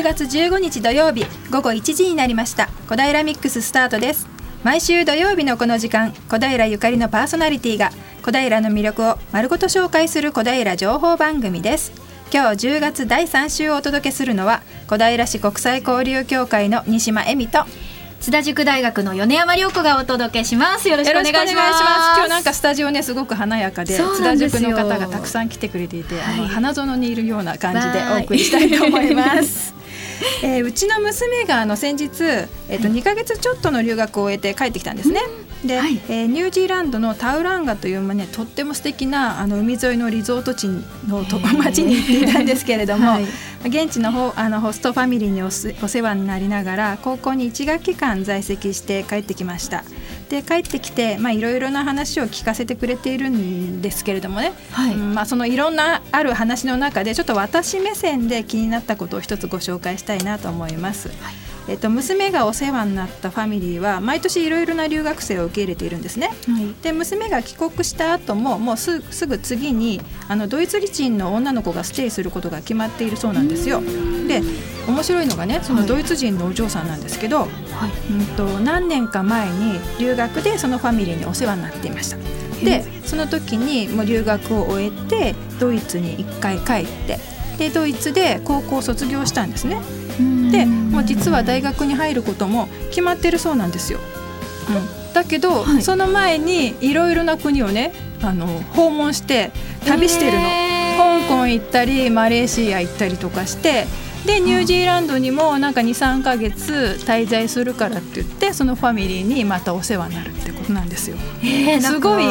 月15日土曜日午後1時になりました。小平ミックススタートです。毎週土曜日のこの時間、小平ゆかりのパーソナリティが小平の魅力を丸ごと紹介する小平情報番組です。今日10月第3週をお届けするのは小平市国際交流協会の西間恵美と津田塾大学の米山涼子がお届けします。よろしくお願いします。 今日なんかスタジオねすごく華やかで、津田塾の方がたくさん来てくれていて、花園にいるような感じでお送りしたいと思いますうちの娘が先日、2ヶ月ちょっとの留学を終えて帰ってきたんですね。で、ニュージーランドのタウランガという、とっても素敵な海沿いのリゾート地の町に行っていたんですけれども、現地のホストファミリーにお世話になりながら高校に1学期間在籍して帰ってきました。で帰ってきていろいろな話を聞かせてくれているんですけれどもね、そのいろんなある話の中でちょっと私目線で気になったことを一つご紹介したいなと思います。娘がお世話になったファミリーは毎年いろいろな留学生を受け入れているんですね。で娘が帰国した後もうすぐ次にドイツ人の女の子がステイすることが決まっているそうなんですよ。で面白いのがね、そのドイツ人のお嬢さんなんですけど、何年か前に留学でそのファミリーにお世話になっていました。でその時にもう留学を終えてドイツに1回帰って、でドイツで高校を卒業したんですね。でもう実は大学に入ることも決まってるそうなんですよ。だけど、その前にいろいろな国をね訪問して旅してるの。香港行ったりマレーシア行ったりとかして、でニュージーランドにもなんか 2,3 ヶ月滞在するからって言って、そのファミリーにまたお世話になるってことなんですよ。すごい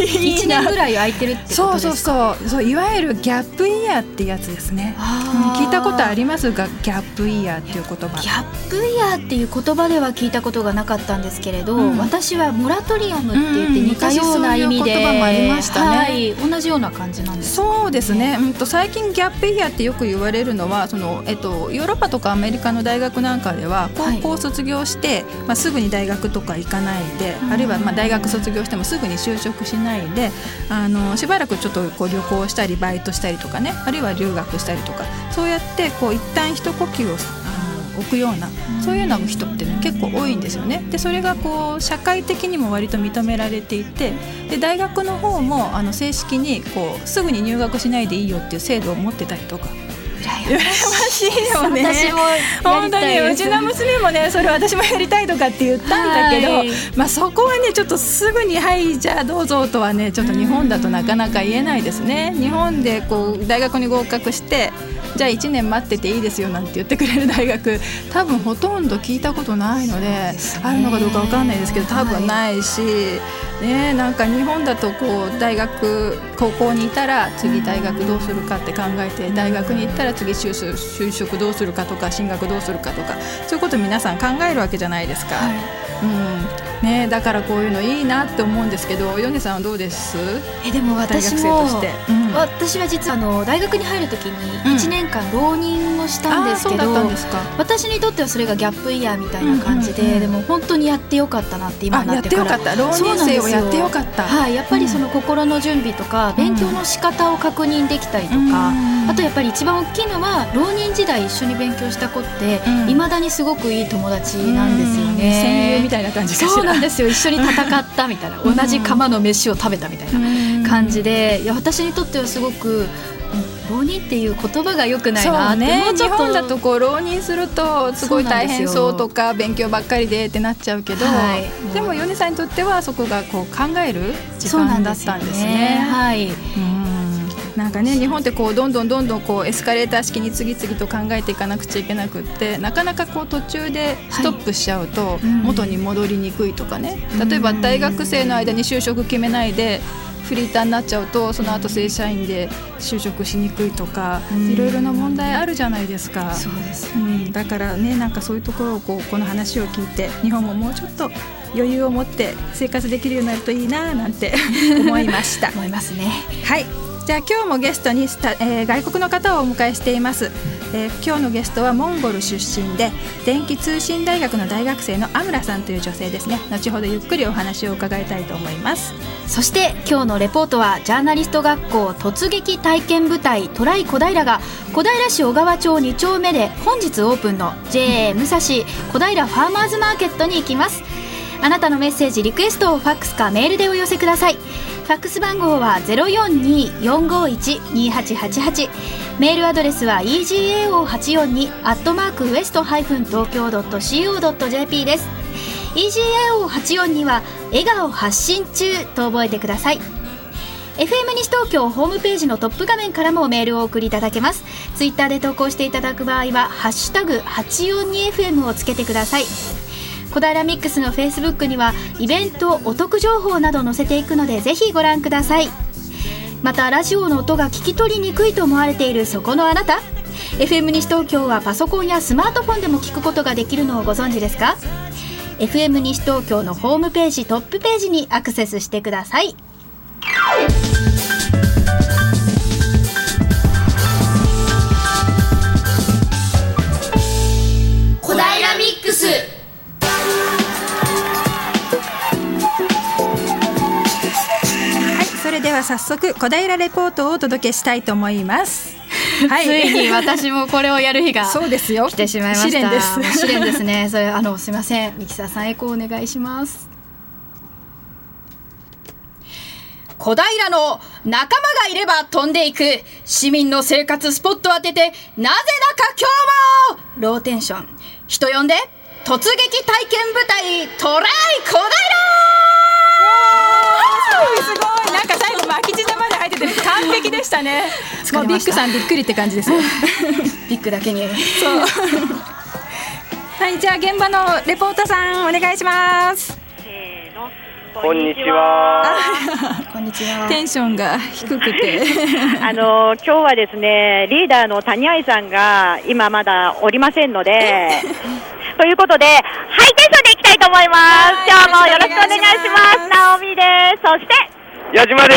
1年ぐらい空いてるってことですか？ そういわゆるギャップイヤーってやつですね。聞いたことありますが、ギャップイヤーっていう言葉。 ギャップイヤーっていう言葉では聞いたことがなかったんですけれど、私はモラトリアムって言って似たような意味で、 そういう言葉もありましたね。 同じような感じなんですか？ そうですね。最近ギャップイヤーってよく言われるのはヨーロッパとかアメリカの大学なんかでは高校を卒業して、すぐに大学とか行かないで、あるいは大学卒業してもすぐに就職しないでしばらくちょっと旅行したりバイトしたりとかね、あるいは留学したりとか、そうやって一旦一呼吸を置くような、そういうような人ってね結構多いんですよね。でそれが社会的にも割と認められていて、で大学の方も正式にすぐに入学しないでいいよっていう制度を持ってたりとか。羨ましいよね。 私もやりたいです。 本当にうちの娘もねそれ私もやりたいとかって言ったんだけど、そこはねちょっとすぐにはいじゃあどうぞとはねちょっと日本だとなかなか言えないですね。日本で大学に合格してじゃあ1年待ってていいですよなんて言ってくれる大学多分ほとんど聞いたことないので、あるのかどうか分かんないですけど多分ないし、なんか日本だと大学高校にいたら次大学どうするかって考えて、大学に行ったら次就職どうするかとか進学どうするかとか、そういうこと皆さん考えるわけじゃないですか。だからこういうのいいなって思うんですけど、ヨネさんはどうです？ でも私も大学生として、 私は実は大学に入るときに1年間浪人をしたんですけど、私にとってはそれがギャップイヤーみたいな感じで、でも本当にやってよかったなって今になってから。 やってよかった。浪人生をやってよかった。 やっぱりその心の準備とか勉強の仕方を確認できたりとか、あとやっぱり一番大きいのは浪人時代一緒に勉強した子っていまだにすごくいい友達なんですよね。 戦友みたいな感じかしら。 そうなんですよ。一緒に戦ったみたいな、同じ釜の飯を食べたみたいな感じで、私にとってはすごく浪人っていう言葉が良くないなって。もうちょっと日本だと浪人するとすごい大変そうとか勉強ばっかりでってなっちゃうけど、でもヨネさんにとってはそこが考える時間だったんですね。なんかね、日本ってどんどんエスカレーター式に次々と考えていかなくちゃいけなくって、なかなか途中でストップしちゃうと元に戻りにくいとかね、例えば大学生の間に就職決めないでフリーターになっちゃうとその後正社員で就職しにくいとか、いろいろな問題あるじゃないですか。 そうです、 だからね、なんかそういうところをこの話を聞いて日本ももうちょっと余裕を持って生活できるようになるといいななんて思いました思いますね。 はい、 じゃあ今日もゲストに外国の方をお迎えしています。今日のゲストはモンゴル出身で電気通信大学の大学生のアムラさんという女性ですね。後ほどゆっくりお話を伺いたいと思います。 そして今日のレポートはジャーナリスト学校突撃体験部隊トライ小平が小平市小川町2丁目で本日オープンの JA 武蔵小平ファーマーズマーケットに行きます。あなたのメッセージリクエストをファックスかメールでお寄せください。ファックス番号は 042-451-2888、 メールアドレスは egao842@west-tokyo.co.jp です。 egao842 は笑顔発信中と覚えてください。 FM 西東京ホームページのトップ画面からもメールをお送りいただけます。ツイッターで投稿していただく場合はハッシュタグ 842FM をつけてください。小平ミックスのフェイスブックにはイベントお得情報など載せていくのでぜひご覧ください。またラジオの音が聞き取りにくいと思われているそこのあなた、 FM 西東京はパソコンやスマートフォンでも聞くことができるのをご存知ですか？ FM 西東京のホームページトップページにアクセスしてください。小平ミックス。 それでは早速小平レポートをお届けしたいと思います。 はい、ついに私もこれをやる日がそうですよ、 来てしまいました。 試練です。 試練ですね。それすいません、ミキサーさんエコーお願いします。小平の仲間がいれば飛んでいく市民の生活スポットを当てて、なぜだか今日もローテンション、人呼んで突撃体験部隊トライ小平。 すごい、なんか最後巻き舌まで入ってて完璧でしたね。もうビッグさんびっくりって感じですよ。 ビッグだけに。 そう。はい、じゃあ現場のレポーターさんお願いします。 こんにちは。 こんにちは。 テンションが低くて今日はですね、リーダーの谷愛さんが今まだおりませんのでということでハイテンションでいきたいと思います。今日もよろしくお願いします。ナオミです。そして矢島です。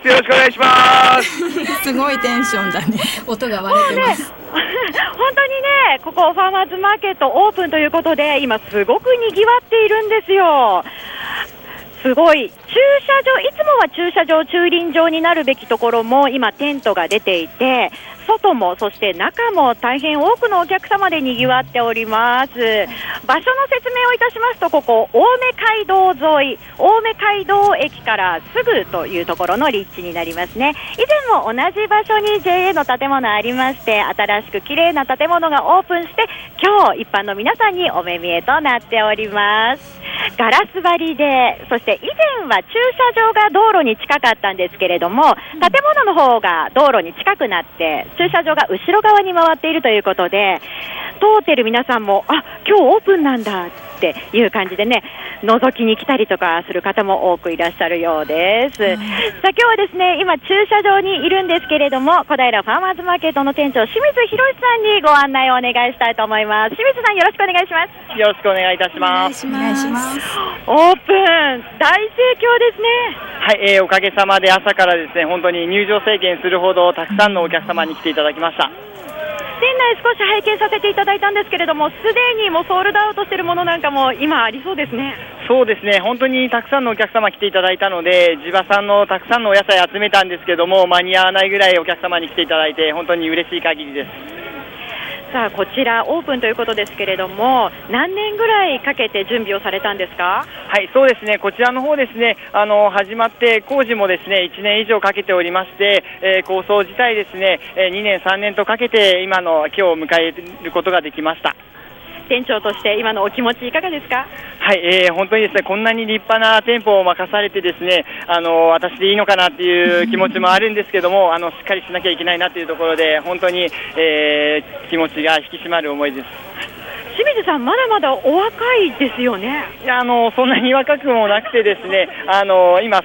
よろしくお願いしますすごいテンションだね。 音が割れてます。 本当にね、ここファーマーズマーケットオープンということで今すごく賑わっているんですよ。すごい駐車場、いつもは駐車場、駐輪場になるべきところも今テントが出ていて、外もそして中も大変多くのお客様で賑わっております。場所の説明をいたしますと、ここ青梅街道沿い、青梅街道駅からすぐというところの立地になりますね。以前も同じ場所に JA の建物ありまして、新しく綺麗な建物がオープンして今日一般の皆さんにお目見えとなっております。ガラス張りで、そして以前は駐車場が道路に近かったんですけれども、建物の方が道路に近くなって駐車場が後ろ側に回っているということで、通っている皆さんも今日オープンなんだっていう感じでね、覗きに来たりとかする方も多くいらっしゃるようです。さあ今日はですね、今駐車場にいるんですけれども、小平ファーマーズマーケットの店長清水博さんにご案内をお願いしたいと思います。清水さん、よろしくお願いします。 よろしくお願いいたします。 お願いします。 オープン大盛況ですね。 はい、おかげさまで朝からですね、本当に入場制限するほどたくさんのお客様に来ていただきました。 店内少し拝見させていただいたんですけれども、すでにもうソールドアウトしているものなんかも今ありそうですね。 そうですね、本当にたくさんのお客様来ていただいたので、地場産のたくさんのお野菜集めたんですけども、間に合わないぐらいお客様に来ていただいて本当に嬉しい限りです。 さあこちらオープンということですけれども、何年ぐらいかけて準備をされたんですか？ はい、そうですね、こちらの方ですね、始まって工事もですね1年以上かけておりまして、構想自体ですね、2年3年とかけて今の今日を迎えることができました。 店長として今のお気持ちいかがですか？ はい、本当にですね、こんなに立派な店舗を任されてですね、私でいいのかなっていう気持ちもあるんですけども、しっかりしなきゃいけないなというところで本当に、気持ちが引き締まる思いです。 清水さん、まだまだお若いですよね。 いや、そんなに若くもなくてですね、今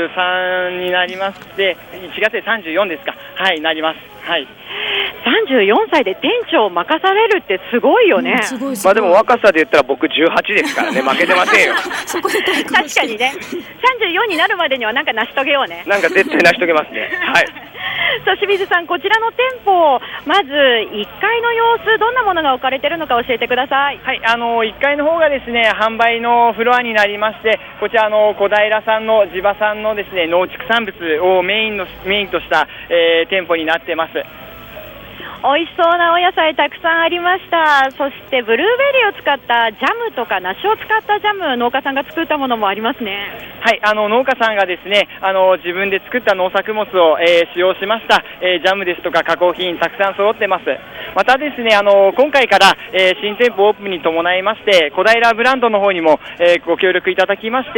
33になりまして、1月で34ですか、はい、なります。はい、 34歳で店長を任されるってすごいよね。 すごい。 まあでも若さで言ったら僕18ですからね、負けてませんよ。 そこで確かにね、34になるまでにはなんか成し遂げようね。 なんか絶対成し遂げますね。はい。 さあ清水さん、こちらの店舗、まず1階の様子、どんなものが置かれているのか教えてください。 はい、1階の方がですね、販売のフロアになりまして、こちら小平産の地場産のですね、農畜産物をメインとした、店舗になっています。 美味しそうなお野菜たくさんありました。そしてブルーベリーを使ったジャムとか梨を使ったジャム、農家さんが作ったものもありますね。 はい、農家さんがですね、自分で作った農作物を、使用しました、ジャムですとか加工品たくさん揃ってます。またですね、今回から、新店舗オープンに伴いまして小平ブランドの方にも、ご協力いただきまして、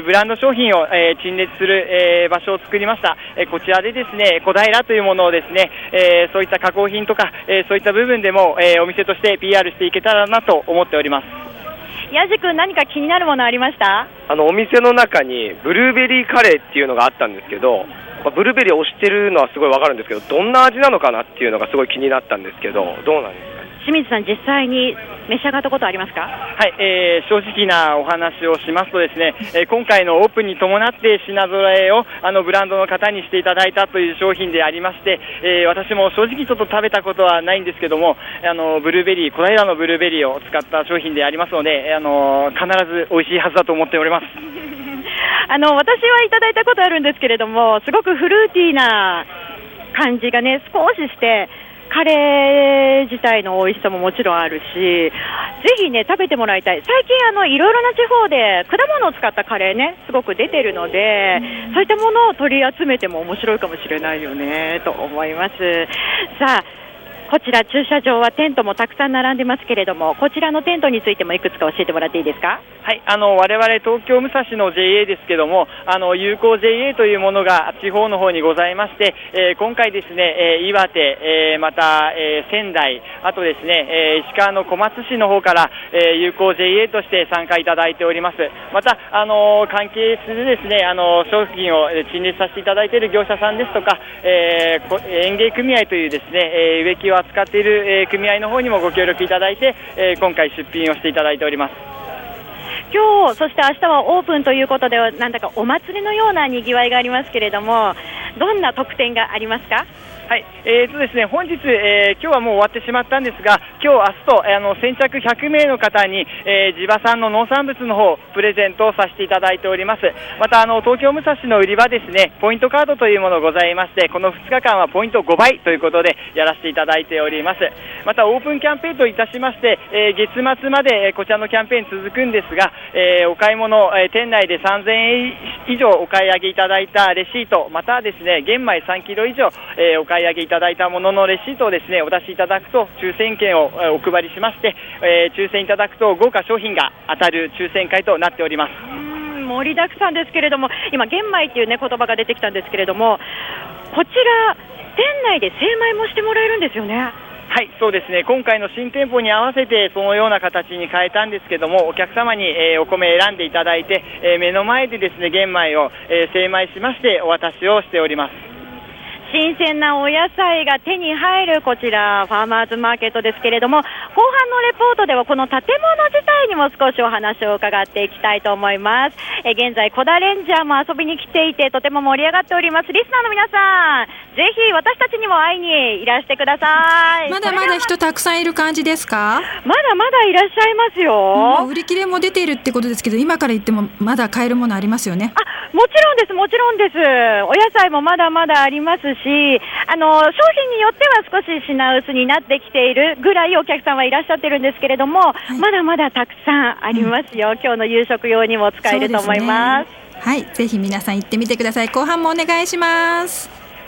ブランド商品を、陳列する、場所を作りました。こちらでですね、小平というものをですね、そういった加工品とか、そういった部分でも、お店として PR していけたらなと思っております。 矢地君、何か気になるものありました？ お店の中にブルーベリーカレーっていうのがあったんですけど、ブルーベリーを推してるのはすごいわかるんですけど、どんな味なのかなっていうのがすごい気になったんですけど、どうなんですか？ 清水さん、実際に召し上がったことありますか？ はい、正直なお話をしますとですね、今回のオープンに伴って品揃えをブランドの方にしていただいたという商品でありまして、私も正直ちょっと食べたことはないんですけども、ブルーベリー、小平のブルーベリーを使った商品でありますので、必ず美味しいはずだと思っております。 私はいただいたことあるんですけれども、すごくフルーティーな感じがね、少ししてカレー自体の美味しさももちろんあるし、ぜひね食べてもらいたい。最近いろいろな地方で果物を使ったカレーねすごく出てるので、そういったものを取り集めても面白いかもしれないよねと思います。さあ、こちら駐車場はテントもたくさん並んでますけれども、こちらのテントについてもいくつか教えてもらっていいですか？ はい、我々東京武蔵の JA ですけども、友好 JA というものが地方の方にございまして、今回ですね、岩手、また、仙台、あとですね、石川の小松市の方から、友好 JA として参加いただいております。また、関係するですね、商品を陳列させていただいている業者さんですとか、園芸組合というですね、植木を扱っている、組合の方にもご協力いただいて、今回出品をしていただいております。 今日、そして明日はオープンということで、なんだかお祭りのようなにぎわいがありますけれども、どんな特典がありますか？ はい、ですね、本日、今日はもう終わってしまったんですが、今日、明日と、先着100名の方に、地場産の農産物の方プレゼントをさせていただいております。また東京武蔵の売り場ですね、ポイントカードというものございまして、この2日間はポイント5倍ということでやらせていただいております。またオープンキャンペーンといたしまして、月末まで、こちらのキャンペーン続くんですが、お買い物、店内で3000円以上お買い上げいただいたレシート、またですね、玄米3キロ以上、お買い上げいただいたもののレシートをですねお出しいただくと抽選券をお配りしまして、抽選いただくと豪華商品が当たる抽選会となっております。 盛りだくさんですけれども、今玄米っていうね言葉が出てきたんですけれども、こちら店内で精米もしてもらえるんですよね。 はい、そうですね、今回の新店舗に合わせてそのような形に変えたんですけども、お客様に、お米選んでいただいて、目の前でですね玄米を、精米しましてお渡しをしております。 新鮮なお野菜が手に入るこちらファーマーズマーケットですけれども、後半のレポートではこの建物自体にも少しお話を伺っていきたいと思います。現在コダレンジャーも遊びに来ていてとても盛り上がっております。リスナーの皆さん、ぜひ私たちにも会いにいらしてください。 まだまだ人たくさんいる感じですか？ まだまだいらっしゃいますよ。 売り切れも出ているってことですけど、今から言ってもまだ買えるものありますよね？ もちろんです、もちろんです。お野菜もまだまだありますし、商品によっては少し品薄になってきているぐらいお客さんはいらっしゃってるんですけれども、まだまだたくさんありますよ。今日の夕食用にも使えると思います。 はい、ぜひ皆さん行ってみてください。後半もお願いします。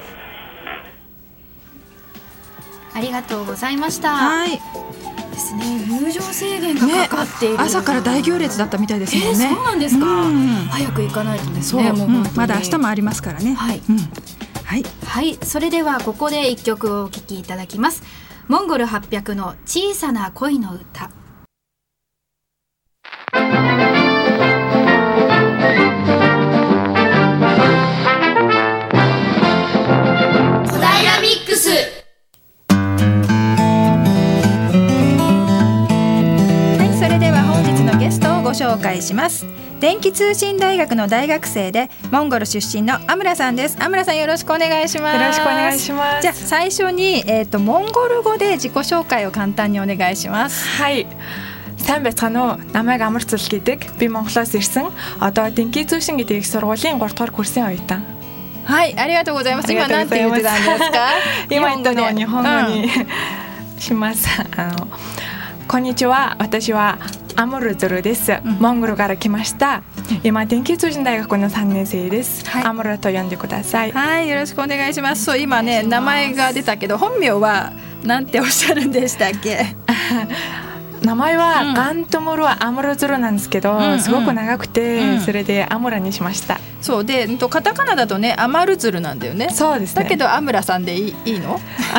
ありがとうございました。 はいですね、入場制限がかかっている、 朝から大行列だったみたいですもんね。 そうなんですか。早く行かないとですね。もうまだ明日もありますからね。 はい、 はいはい、それではここで一曲をお聴きいただきます。モンゴル800の小さな恋の歌。 小平ミックス。 それでは本日のゲストをご紹介します。 電気通信大学の大学生でモンゴル出身のアムラさんです。アムラさんよろしくお願いします。 よろしくお願いします。 じゃあ最初に、モンゴル語で自己紹介を簡単にお願いします。 はい。сайн байцгаана уу? Намайг Амар Цул гэдэг. Би Монголоос ирсэн. Одоо Денки通信гэдэг их сургуулийн 3 дугаар курсын оюутан. はい、ありがとうございます。今なんて言ってたんですか？ 今言ったのを日本語にします。こんにちは。私はアムルズルです。モンゴルから来ました。今電気通信大学の3年生です。アムルと呼んでください。 はい、よろしくお願いします。そう、今ね名前が出たけど本名はなんておっしゃるんでしたっけ？ 名前はガントムルはアムルズルなんですけど、すごく長くて、それでアムラにしました。 そうで、カタカナだとねアマルズルなんだよね。 そうですね。 だけどアムラさんでいいの？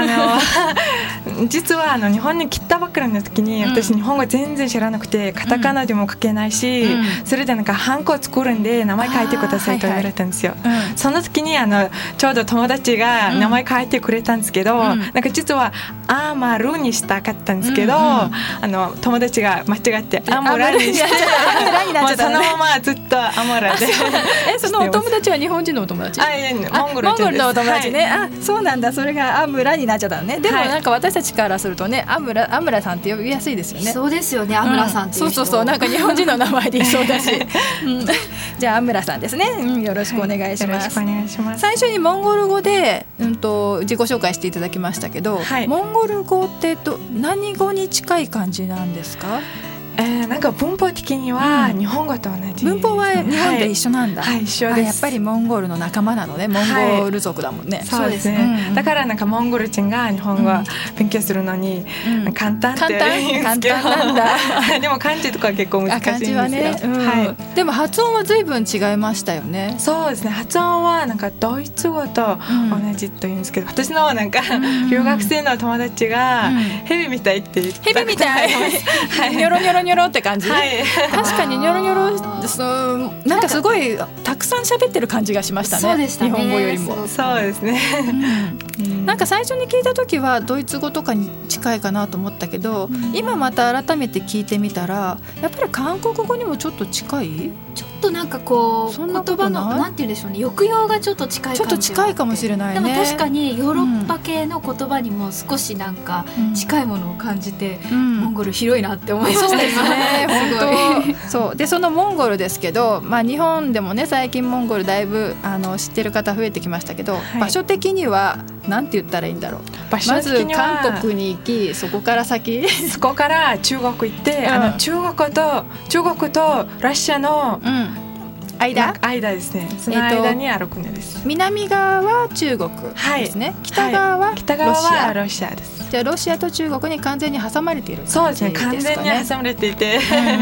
実は日本に来たばっかりの時に、私日本語全然知らなくて、カタカナでも書けないし、それでなんかハンコを作るんで名前書いてくださいと言われたんですよ。その時にちょうど友達が名前書いてくれたんですけど、なんか実はアマルにしたかったんですけど、友達が間違ってアムラにしてそのままずっとアムラでそのお友達は日本人のお友達？ モンゴルのお友達ね。あ、そうなんだ。それがアムラになっちゃったのね。でもなんか私たちからするとね、アムラさんって呼びやすいですよね。 そうですよね、アムラさんっていう人。 そうなんか日本人の名前でいそうだし。じゃあアムラさんですね。よろしくお願いします。 よろしくお願いします。 最初にモンゴル語で自己紹介していただきましたけど、モンゴル語って何語に近い感じなんですか？ なんか文法的には日本語と同じ、 文法は日本で一緒なんだ。 一緒です。 やっぱりモンゴルの仲間なのね。モンゴル族だもんね。 そうですね。だからなんかモンゴル人が日本語を勉強するのに簡単って言うんですけど、簡単なんだ。でも漢字とか結構難しいんですよ。 漢字はね。でも発音は随分違いましたよね。 そうですね。発音はなんかドイツ語と同じと言うんですけど、私のなんか留学生の友達がヘビみたいって言ってた。 ヘビみたい。ニョロニョロニョロって感じ。確かにニョロニョロ、なんかすごいたくさん喋ってる感じがしましたね。 そうでしたね。 日本語よりも。 そうですね。 なんか最初に聞いた時はドイツ語とかに近いかなと思ったけど、今また改めて聞いてみたらやっぱり韓国語にもちょっと近い。 ちょっとなんかこう言葉のなんて言うんでしょうね、抑揚がちょっと近い感じ。 ちょっと近いかもしれないね。 でも確かにヨーロッパ系の言葉にも少しなんか近いものを感じて、モンゴル広いなって思いました。 そうですね。本当。そうで、そのモンゴルですけど、日本でもね最近モンゴルだいぶ知ってる方増えてきましたけど、場所的にはなんて言ったらいいんだろう。まず韓国に行き、そこから先、 そこから中国行って、中国とロシアの間ですね。その間にある国です。 南側は中国ですね。北側はロシアです。 じゃあロシアと中国に完全に挟まれている感じですかね。 そうですね。完全に挟まれていて。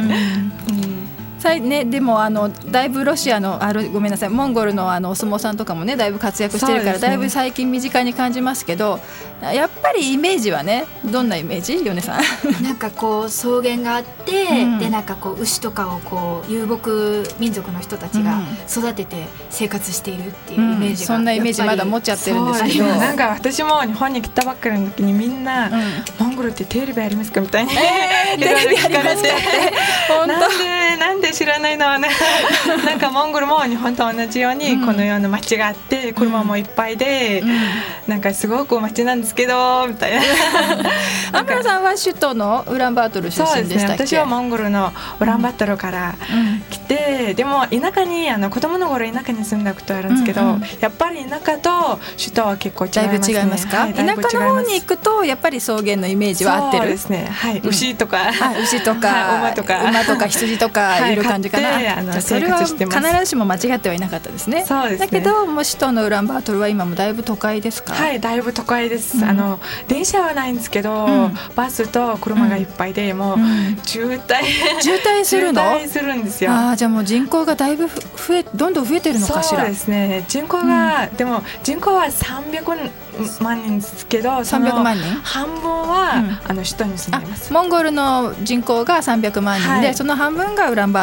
でもだいぶロシアのごめんなさい、モンゴルのお相撲さんとかもねだいぶ活躍してるから、だいぶ最近身近に感じますけど、やっぱりイメージはね、どんなイメージ？ヨネさん。 なんかこう草原があって、でなんかこう牛とかをこう遊牧民族の人たちが育てて生活しているっていうイメージが、 そんなイメージまだ持っちゃってるんですけど、 なんか私も日本に来たばっかりの時にみんな、モンゴルってテレビありますかみたいに、 テレビありますかって。 なんで知らないのはね。なんかモンゴルも日本と同じようにこのような街があって、車もいっぱいで、なんかすごく街なんですけどみたいな。 アムラさんは首都のウランバートル出身でしたっけ？ 私はモンゴルのウランバートルから来て、でも田舎に子供の頃田舎に住んだことあるんですけど、やっぱり田舎と首都は結構違いますね。 だいぶ違いますか？田舎の方に行くとやっぱり草原のイメージは合ってる。 そうですね。はい。牛とか馬とか羊とかいる感じかな。それは必ずしも間違ってはいなかったですね。 そうですね。 だけどもう首都のウランバートルは今もだいぶ都会ですか？ はい、だいぶ都会です。電車はないんですけど、バスと車がいっぱいで、もう渋滞するの？渋滞するんですよ。 じゃあもう人口がだいぶどんどん増えてるのかしら？ そうですね。人口が、でも人口は300万人ですけど、 300万人？ 半分は首都に住んでいます。 モンゴルの人口が300万人で、その半分がウランバー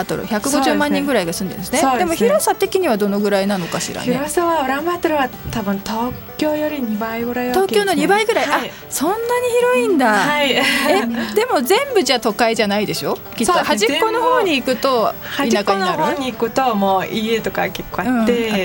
トル150万人ぐらいが住んでるんですね。でも広さ的にはどのぐらいなのかしらね。 広さはウランバートルは多分東京より2倍ぐらい大きいですね。 東京の2倍ぐらい、はい、そんなに広いんだ、はい、でも全部じゃ都会じゃないでしょきっと。端っこの方に行くと田舎になる。端っこの方に行くともう家とか結構あって、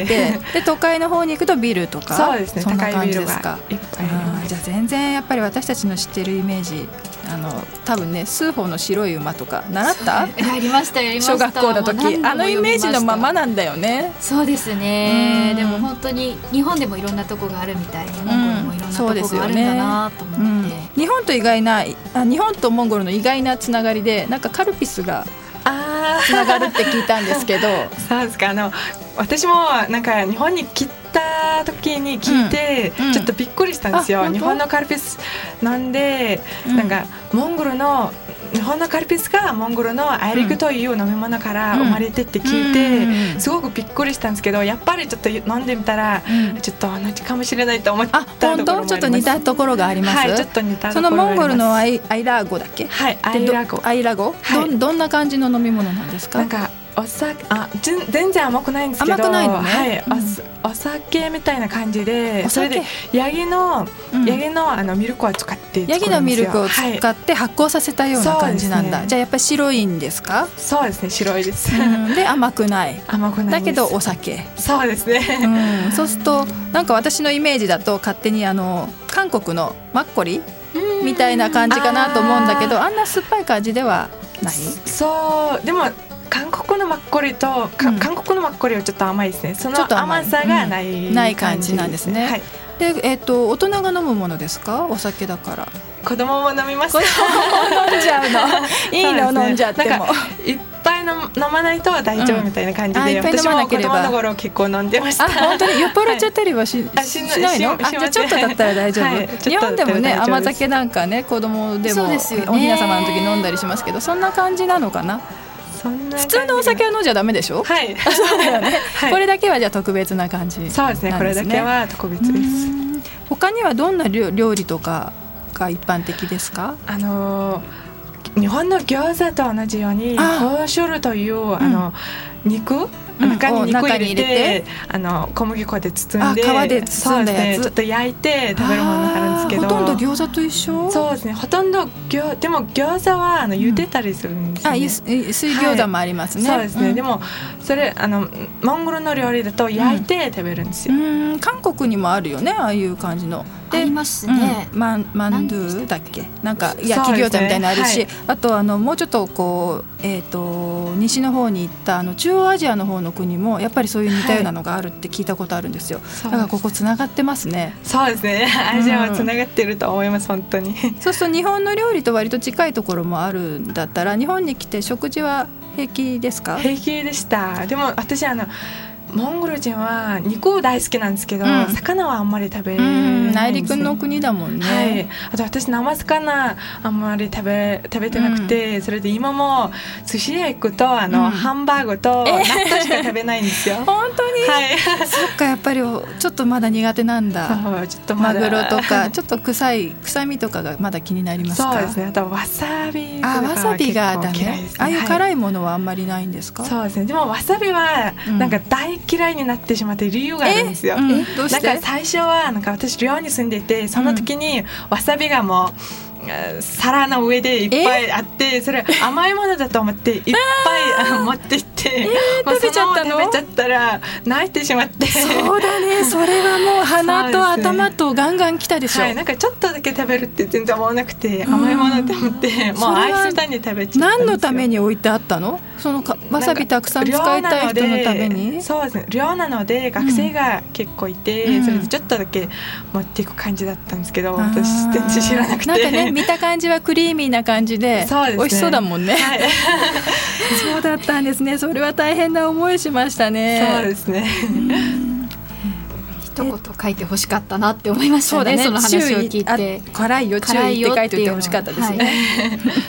で都会の方に行くとビルとか。 そうですね、 そんな感じ高いビルがですか。 いっぱいあります。 じゃあ全然やっぱり私たちの知ってるイメージ、多分ね、数歩の白い馬とか習った？ やりました小学校の時、あのイメージのままなんだよね。 そうですね。でも本当に日本でもいろんなとこがあるみたいに、モンゴルもいろんなとこがあるんだなと思って、 日本とモンゴルの意外なつながりで、なんかカルピスがつながるって聞いたんですけどそうですか。私もなんか日本に来た時に聞いて、ちょっとびっくりしたんですよ。日本のカルピスなんで、なんか日本のカルピスがモンゴルのアイリグという飲み物から生まれてって聞いて、すごくびっくりしたんですけど、やっぱりちょっと飲んでみたら、ちょっと同じかもしれないと思ったところもあります。 本当？ちょっと似たところがあります。 はい、ちょっと似たところがあります。 そのモンゴルのアイラーゴだっけ？ はい、アイラゴ。 アイラゴ？どんな感じの飲み物なんですか？ なんか全然甘くないんですけど、 甘くないのね、 はい、お酒みたいな感じで、それでヤギのミルクを使ってヤギのミルクを使って発酵させたような感じなんだ、はい。じゃあやっぱり白いんですか？ そうですね、白いです。 で甘くないだけどお酒。 そうですね、 そうするとなんか私のイメージだと勝手に韓国のマッコリみたいな感じかなと思うんだけど、あんな酸っぱい感じではない？ そうでも韓国のマッコリと、韓国のマッコリはちょっと甘いですね。その甘さがない感じなんですね。はい、で、大人が飲むものですか？お酒だから。 子供も飲みます。 子供も飲んじゃうの。いいの、ね、飲んじゃっても。 いっぱい飲まないと大丈夫みたいな感じで、私も子供の頃結構飲んでました。 本当に酔っ払っちゃったりはしないの？じゃあちょっとだったら大丈夫。はい、日本でもね、甘酒なんかね、子供でもおひな様の時飲んだりしますけど、そんな感じなのかな。普通のお酒は飲んじゃダメでしょ？はい。そうだよね。はい、これだけはじゃあ特別な感じ。 そうですね。これだけは特別です。 他にはどんな料理とかが一般的ですか？ 日本の餃子と同じようにホーショルという肉、中に肉入れて小麦粉で包んで、 皮で包んだやつ、 ちょっと焼いて食べるものがあるんですけど、 ほとんど餃子と一緒？ そうですね、ほとんどでも餃子は茹でたりするんですね。 水餃子もありますね。 そうですね、でもそれモンゴルの料理だと焼いて食べるんですよ。 韓国にもあるよね、ああいう感じの。 ありますね。 マンドゥだっけ、なんか焼き餃子みたいなのあるし、あともうちょっとこう西の方に行った中央アジアの方の国もやっぱりそういう似たようなのがあるって聞いたことあるんですよ。だからここつながってますね。 そうですね、アジアはつながってると思います、本当に。 そうすると日本の料理と割と近いところもあるんだったら、日本に来て食事は平気ですか？ 平気でした。でも私モンゴル人は肉大好きなんですけど、魚はあんまり食べないんです、ね。内陸の国だもんね。 はい。あと私生魚あんまり食べてなくて、それで今も寿司屋行くとハンバーグと納豆しか食べないんですよ。 本当に？ はい。 そっか、やっぱりちょっとまだ苦手なんだ。 ちょっとマグロとかちょっと臭みとかがまだ気になりますか？ そうですね。あとわさびとかわさびがダメ。 嫌いですね。 ああいう辛いものはあんまりないんですか？ そうですね。でもわさびはなんか大嫌いになってしまって理由があるんですよ。 どうして？ なんか最初は私寮に住んでて、その時にわさびがもう皿の上でいっぱいあって、それ甘いものだと思っていっぱい持ってって、 食べちゃったの？ 食べちゃったら泣いてしまって。 そうだね、それはもう鼻と頭とガンガンきたでしょ。 はい、なんかちょっとだけ食べるって全然思わなくて、甘いものと思ってもうアイスタに食べちゃったんですよ。 何のために置いてあったの？そのわさびたくさん使いたい人のために？ そうですね、寮なので学生が結構いて、それでちょっとだけ持っていく感じだったんですけど、私全然知らなくて。 なんかね、見た感じはクリーミーな感じで美味しそうだもんね。はい、そうだったんですね。それは大変な思いしましたね。 そうですね。 一言書いてほしかったなって思いましたね。その話を聞いて、 辛いよ注意って書いておいてほしかったですね。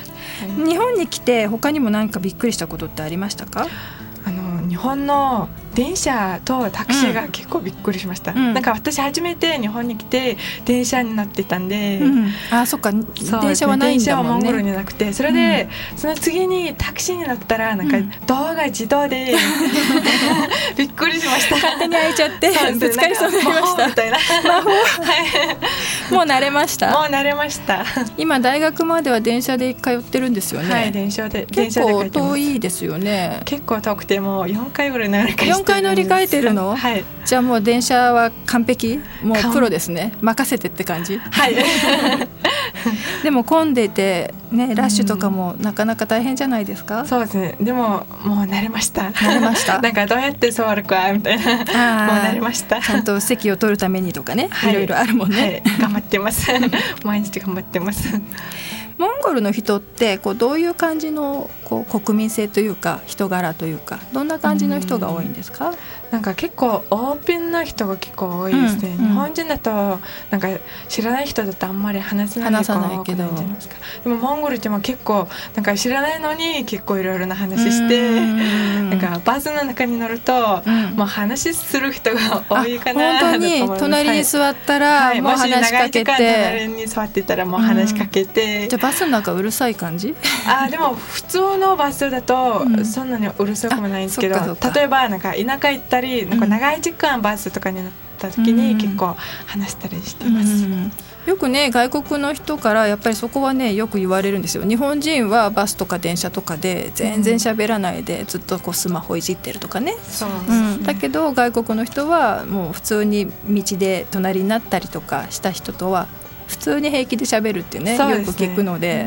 日本に来て他にも何かびっくりしたことってありましたか？ 日本の電車とタクシーが結構びっくりしました、なんか私初めて日本に来て電車に乗ってたんで、 あ、そっか、電車はないんだもんね。電車はモンゴルになくて、それで、その次にタクシーに乗ったらなんかドアが自動で、びっくりしました。勝手に開いちゃってぶつかりそうになりましたみたいな。 魔法もう慣れました。 もう慣れました。 今大学までは電車で通ってるんですよね。 はい、電車で結構遠いですよね。 結構遠くてもう4回ぐらい乗り換えしてるんです。 4回乗り換えてるの？ はい。 じゃあもう電車は完璧？もうプロですね。任せてって感じ？ はい。 でも混んでてね、ラッシュとかもなかなか大変じゃないですか？ そうですね。でももう慣れました。 慣れました。 なんかどうやって座るかみたいな。もう慣れました。 ちゃんと席を取るためにとかね、いろいろあるもんね。 はい、頑張ってます。毎日頑張ってます。 モンゴルの人ってこうどういう感じのこう国民性というか人柄というか、どんな感じの人が多いんですか？ なんか結構オープンな人が結構多いですね、日本人だとなんか知らない人だとあんまり話せない人が多くないじゃないですか。でもモンゴルっても結構なんか知らないのに結構いろいろな話して、なんかバスの中に乗ると、もう話する人が多いかなと思います。本当に隣に座ったらもう話しかけて、 もし長い時間隣に座ってたらもう話しかけて、 じゃあバスの中うるさい感じ？ でも普通のバスだとそんなにうるさくもないんですけど、例えばなんか田舎行ったりなんか長い時間バスとかに乗った時に結構話したりしてます、 よくね、外国の人からやっぱりそこはねよく言われるんですよ。日本人はバスとか電車とかで全然喋らないでずっとこうスマホいじってるとかね、だけど外国の人はもう普通に道で隣になったりとかした人とは普通に平気で喋るってね、よく聞くので、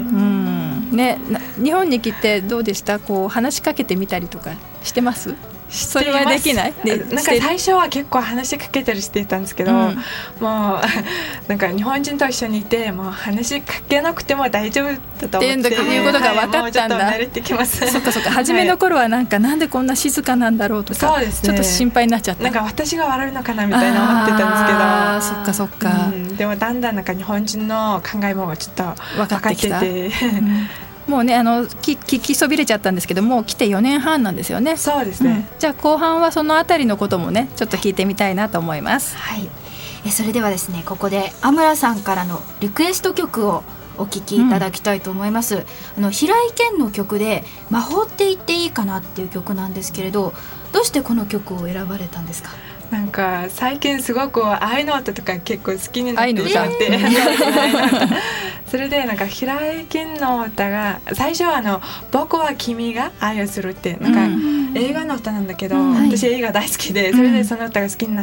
日本に来てどうでした？こう話しかけてみたりとかしてます？それはできない？ なんか最初は結構話しかけたりしていたんですけど、もうなんか日本人と一緒にいてもう話しかけなくても大丈夫だと思っていうことが分かったんだ。 もうちょっと慣れてきます。 そっかそっか。初めの頃はなんでこんな静かなんだろうとか、そうですね、ちょっと心配になっちゃった。 なんか私が悪いのかなみたいな思ってたんですけど、 そっかそっか、 でもだんだんなんか日本人の考えもちょっと分かってきてもうね聞きそびれちゃったんですけど、もう来て4年半なんですよね。 そうですね、 じゃあ後半はそのあたりのこともねちょっと聞いてみたいなと思います。 はい、それではですね、ここでアムラさんからのリクエスト曲をお聴きいただきたいと思います、平井堅の曲で魔法って言っていいかなっていう曲なんですけれど、どうしてこの曲を選ばれたんですか？ なんか最近すごく愛の歌とか結構好きになってしまって、それでなんか平井堅の歌が最初は僕は君が愛をするってなんか映画の歌なんだけど、私映画大好きで、それでその歌が好きになって、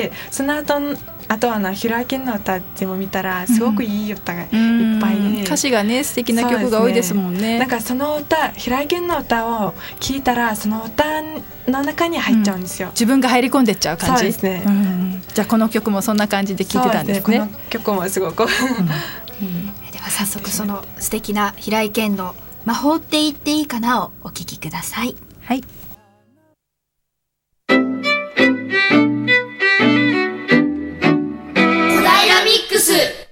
そのあとは平井堅の歌でも見たらすごくいい歌がいっぱいで、 歌詞がね素敵な曲が多いですもんね。 なんかその歌、平井堅の歌を聴いたらその歌の中に入っちゃうんですよ、 自分が入り込んでっちゃう感じ。 そうですね、 じゃあこの曲もそんな感じで聴いてたんですね。 この曲もすごく、 では早速その素敵な平井堅の魔法って言っていいかなをお聴きください。 はい、 ミックス。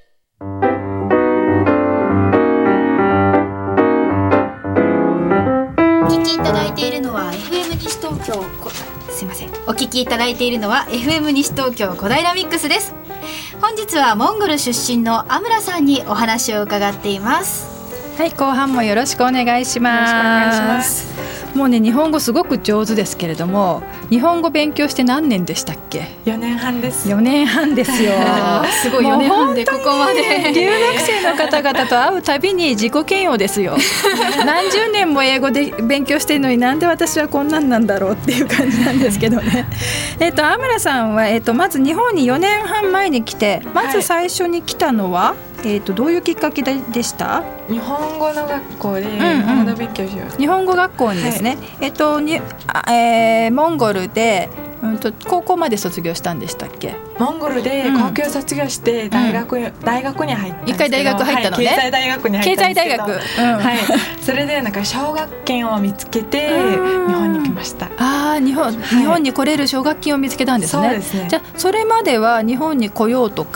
お聞きいただいているのは FM 西東京すいません、お聞きいただいているのは FM 西東京小平ミックスです。本日はモンゴル出身のアムラさんにお話を伺っています。 はい、後半もよろしくお願いします。もうね、日本語すごく上手ですけれども、日本語勉強して何年でしたっけ ？4年半です。 4年半ですよすごい、4年半でここまで留学生の方々と会うたびに自己嫌悪ですよ何十年も英語で勉強してるのになんで私はこんなんなんだろうっていう感じなんですけどねアムラさんは、まず日本に4年半前に来て、まず最初に来たのは、どういうきっかけでした？ 日本語の学校で日本語の勉強しよう。 日本語学校にですね、モンゴルで、高校まで卒業したんでしたっけ？ モンゴルで高校卒業して大学に入ったんですけど、 一回大学入ったのね、 経済大学に入ったんですけど、 経済大学、 はい、それでなんか奨学金を見つけて日本に来ました。 日本に来れる奨学金を見つけたんですね。 そうですね。 じゃあそれまでは日本に来ようとか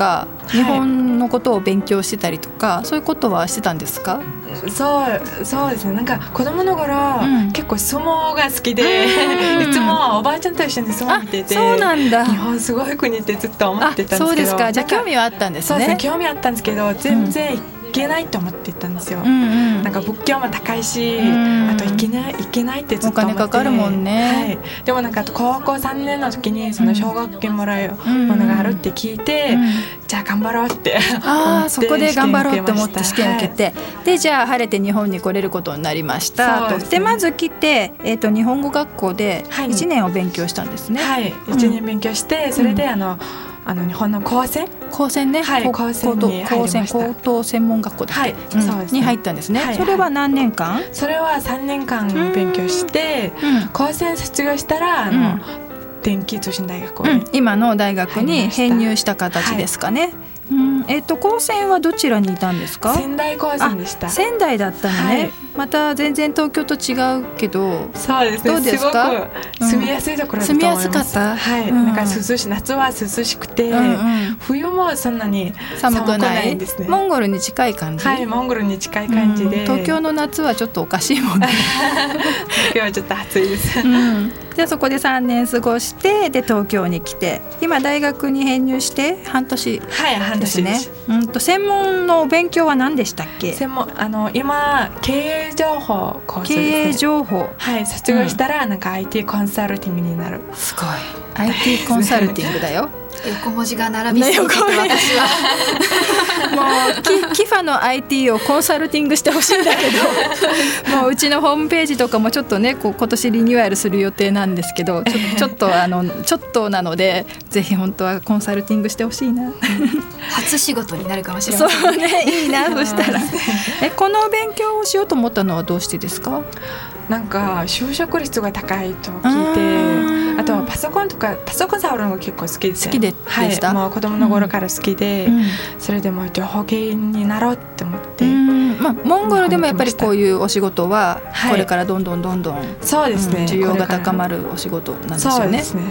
日本のことを勉強してたりとか、そういうことはしてたんですか？ そうですね。なんか子供の頃、結構相撲が好きで、いつもおばあちゃんと一緒に相撲見てて、 そうなんだ。 日本すごい国ってずっと思ってたんですけど。 そうですか。じゃあ興味はあったんですね。 そうですね、興味あったんですけど全然行けないと思ってたんですよ。なんか仏教も高いし、あと行けないってずっと思って、 お金かかるもんね。 でもなんか高校3年の時にその奨学金もらえるものがあるって聞いて、じゃあ頑張ろうって思って、 そこで頑張ろうって思って試験を受けて、でじゃあ晴れて日本に来れることになりましたと。でまず来て、日本語学校で1年を勉強したんですね。 はい、1年勉強して、それで日本の高専ね、高専に入りました。 高等専門学校だっけ、に入ったんですね。それは何年間？ それは3年間勉強して、高専卒業したら電気通信大学を、 今の大学に編入した形ですかね。高専はどちらにいたんですか？ 仙台高専でした。 仙台だったのね。また全然東京と違うけど、 そうですね、 どうですか？ すごく住みやすいところだと思います。 住みやすかった？ はい、なんか夏は涼しくて、冬もそんなに寒くないんですね。 モンゴルに近い感じ？ はい、モンゴルに近い感じで、 東京の夏はちょっとおかしいもんね。 東京はちょっと暑いです。 じゃあそこで3年過ごして、で東京に来て、今大学に編入して半年ですね。 はい、半年です。 専門の勉強は何でしたっけ？ 専門今経営情報コースですね。 経営情報、 はい、卒業したらなんか IT コンサルティングになる。 すごい IT コンサルティングだよ。 横文字が並びすぎてて、私はもうキファの IT をコンサルティングしてほしいんだけどもううちのホームページとかもちょっとね、今年リニューアルする予定なんですけど、ちょっとなので、ぜひ本当はコンサルティングしてほしいな。 初仕事になるかもしれません。 そうね、いいな。そしたらこの勉強をしようと思ったのはどうしてですか？ なんか就職率が高いと聞いて、あとはパソコン触るのが結構好きですね。 好きでした？ もう子供の頃から好きで、それでも情報系になろうって思って、 モンゴルでもやっぱりこういうお仕事はこれからどんどんそうですね、 需要が高まるお仕事なんですよね。 そうですね。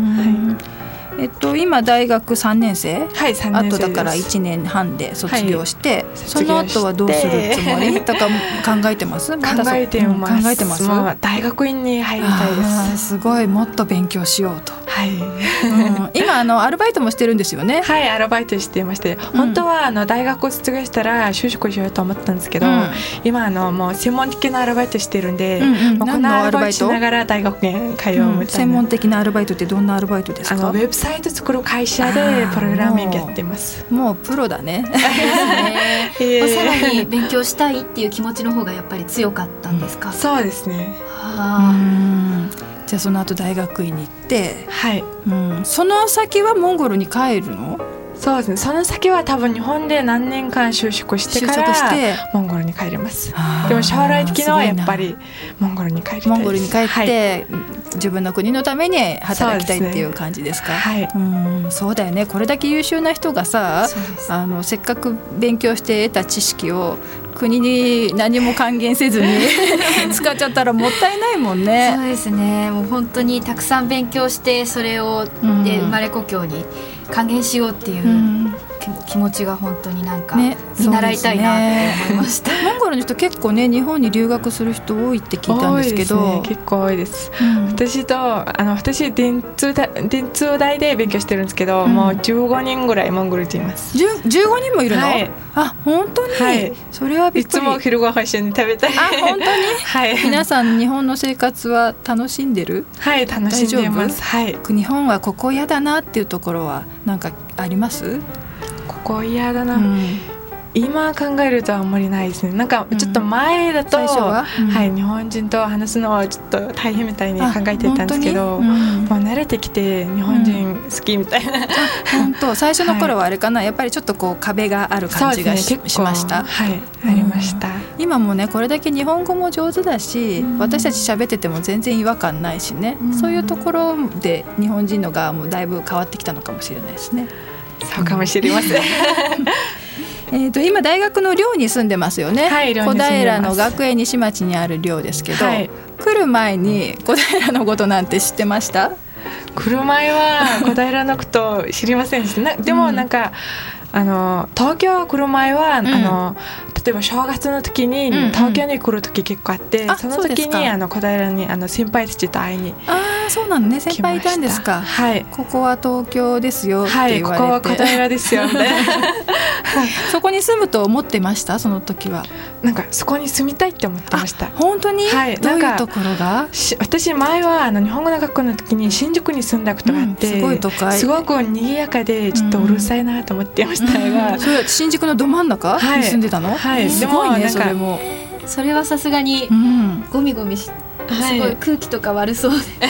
今大学3年生、 はい、3年生です。 あとだから1年半で卒業して、その後はどうするつもりとか考えてます？ 考えてます。もう大学院に入りたいです。 すごい、もっと勉強しようと。 はい、 今アルバイトもしてるんですよね。 はい、アルバイトしていまして、本当は大学を卒業したら就職しようと思ったんですけど、今もう専門的なアルバイトしてるんで、このアルバイトしながら大学に通うみたいな。 専門的なアルバイトってどんなアルバイトですか？ ウェブサイト作る会社でプログラミングやってます。 もうプロだね。 さらに勉強したいっていう気持ちの方がやっぱり強かったんですか？ そうですね。 じゃあその後大学院に行って、 はい、 その先はモンゴルに帰るの？ そうですね。その先は多分日本で何年間就職してからモンゴルに帰ります。でも将来的にはやっぱりモンゴルに帰りたいです。 モンゴルに帰って、自分の国のために働きたいっていう感じですか？ はい、 そうだよね。これだけ優秀な人がさ、せっかく勉強して得た知識を国に何も還元せずに使っちゃったらもったいないもんね。 そうですね。もう本当にたくさん勉強してそれを生まれ故郷に還元しようっていう気持ちが本当になんか見習いたいなって思いました。 モンゴルの人結構ね、日本に留学する人多いって聞いたんですけど。 多いですね、結構多いです。私電通大で勉強してるんですけど、もう15人ぐらいモンゴル人います。 15人もいるの？はい、本当に、はい、それはびっくり。 いつも昼ご飯一緒に食べたい。 本当に、 はい、 皆さん日本の生活は楽しんでる？ はい、楽しんでます。はい、 日本はここ嫌だなっていうところは何かあります？ ここ嫌だな、今考えるとあんまりないですね。なんかちょっと前だと、 最初は、 日本人と話すのはちょっと大変みたいに考えてたんですけど、もう慣れてきて日本人好きみたいな。 本当、最初の頃はあれかな、やっぱりちょっとこう壁がある感じが しました。 はい、ありました。 今もね、これだけ日本語も上手だし、私たち喋ってても全然違和感ないしね、そういうところで日本人の側もだいぶ変わってきたのかもしれないですね。 そうかもしれません。 今大学の寮に住んでますよね。小平の学園西町にある寮ですけど、来る前に小平のことなんて知ってました？ 来る前は小平のこと知りませんでした。でもなんか東京来る前は、例えば正月の時に東京に来る時結構あって、その時に小平に先輩たちと会いに来ました。 そうなのね、先輩いたんですか。 はい、 ここは東京ですよって言われて、 ここは小平ですよねそこに住むと思ってました？その時はなんかそこに住みたいって思ってました。 本当に？はい、どういうところが？ 私前は日本語の学校の時に新宿に住んだことがあって、 すごい都会、 すごく賑やかでちょっとうるさいなと思ってましたが、 それは新宿のど真ん中に住んでたの？ はい、 すごいね。 それはさすがにゴミゴミすごい空気とか悪そう